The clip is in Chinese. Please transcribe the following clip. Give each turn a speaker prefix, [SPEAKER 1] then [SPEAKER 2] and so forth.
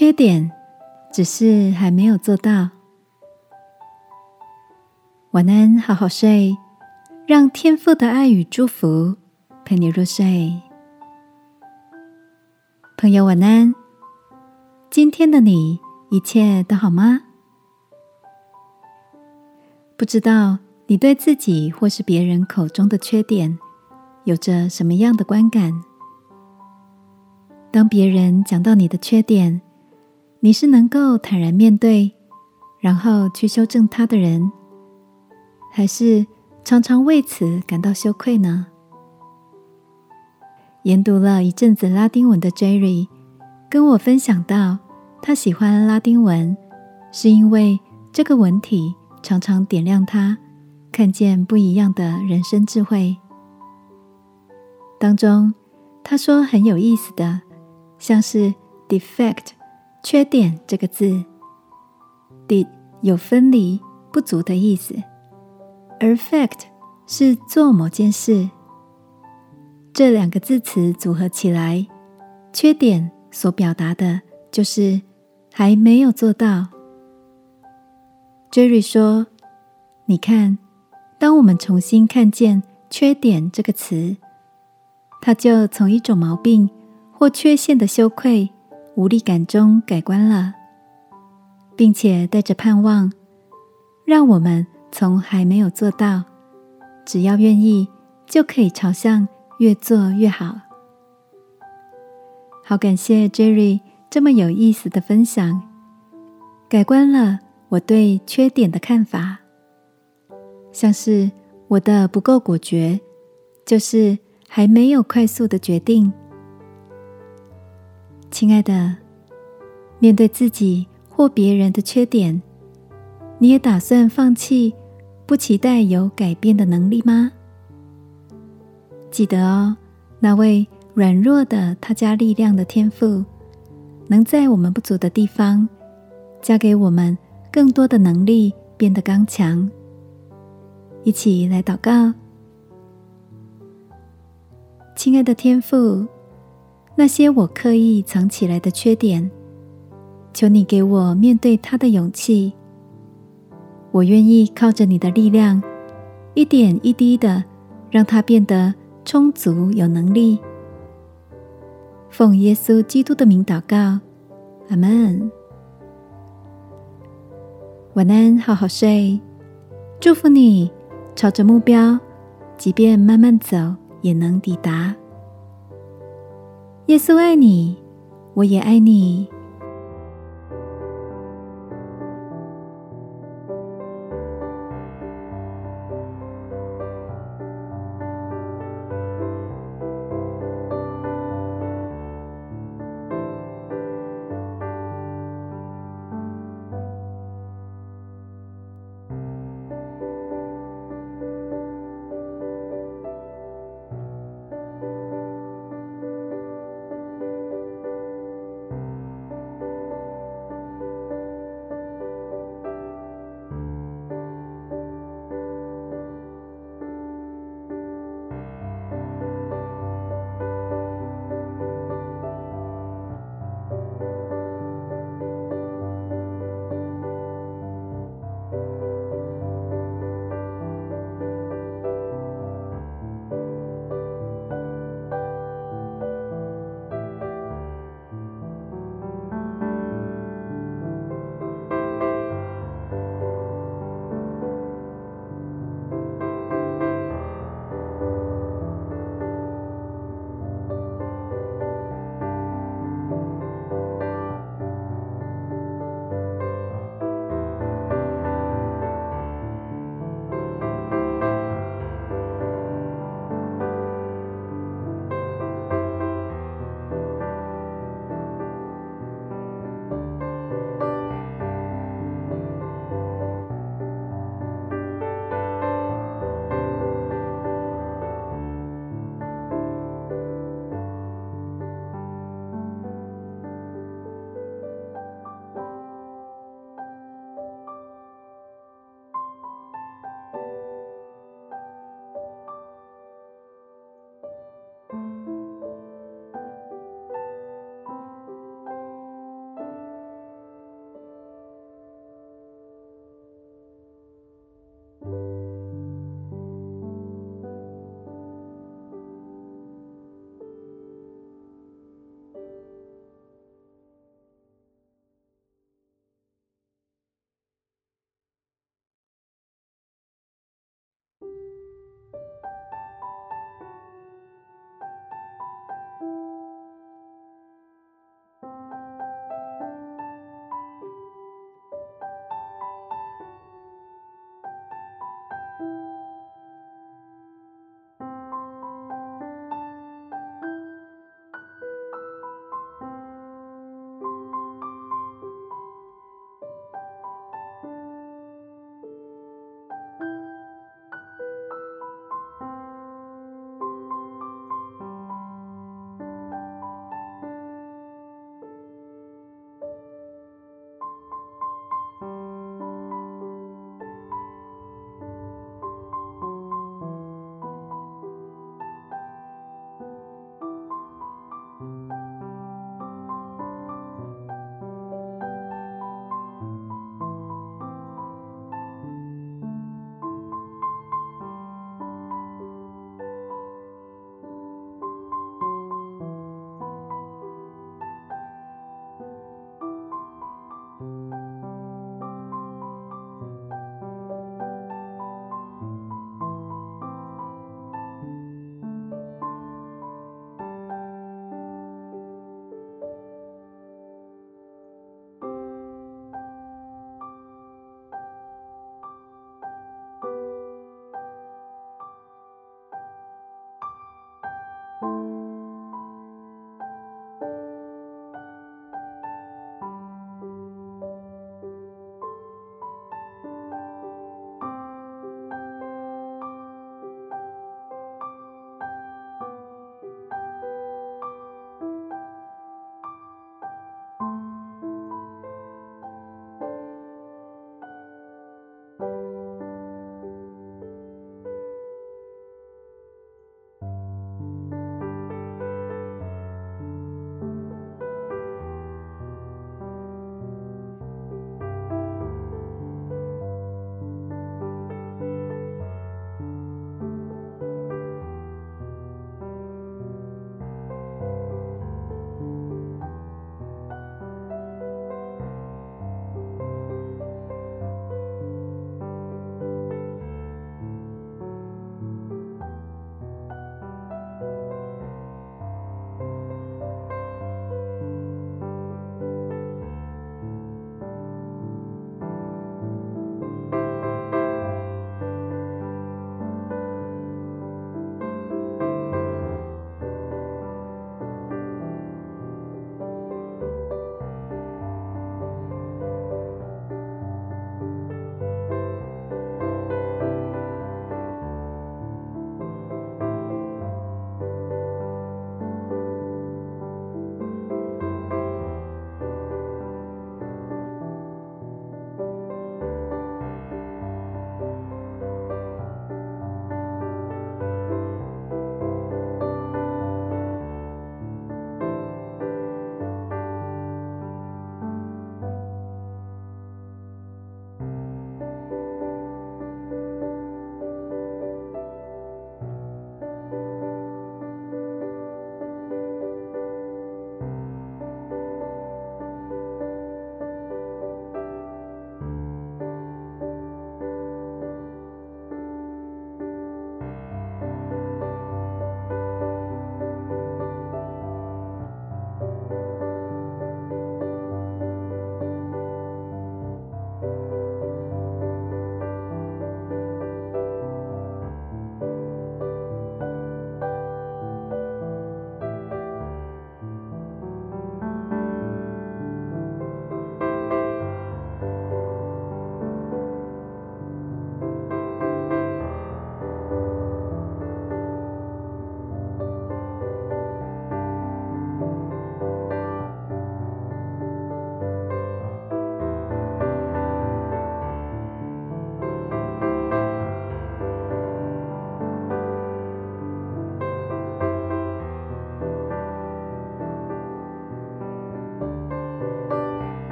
[SPEAKER 1] 缺点只是还没有做到。晚安，好好睡，让天父的爱与祝福陪你入睡。朋友晚安，今天的你一切都好吗？不知道你对自己或是别人口中的缺点有着什么样的观感？当别人讲到你的缺点，你是能够坦然面对，然后去修正它的人，还是常常为此感到羞愧呢？研读了一阵子拉丁文的 Jerry 跟我分享到，他喜欢拉丁文，是因为这个文体常常点亮他看见不一样的人生智慧。当中他说很有意思的，像是 defect 缺点这个字， de 有分离不足的意思，而 fact 是做某件事。这两个字词组合起来，缺点所表达的就是还没有做到。 Jerry 说，你看，当我们重新看见缺点这个词，它就从一种毛病或缺陷的羞愧、无力感中改观了，并且带着盼望，让我们从还没有做到，只要愿意，就可以朝向越做越好。好感谢 Jerry 这么有意思的分享，改观了我对缺点的看法。像是我的不够果决，就是还没有快速的决定。亲爱的，面对自己或别人的缺点，你也打算放弃，不期待有改变的能力吗？记得哦，那位软弱的他加力量的天父，能在我们不足的地方，加给我们更多的能力，变得刚强。一起来祷告。亲爱的天父，那些我刻意藏起来的缺点，求你给我面对它的勇气。我愿意靠着你的力量，一点一滴的让它变得充足有能力。奉耶稣基督的名祷告，阿们。晚安，好好睡。祝福你朝着目标，即便慢慢走也能抵达。耶稣爱你，我也爱你。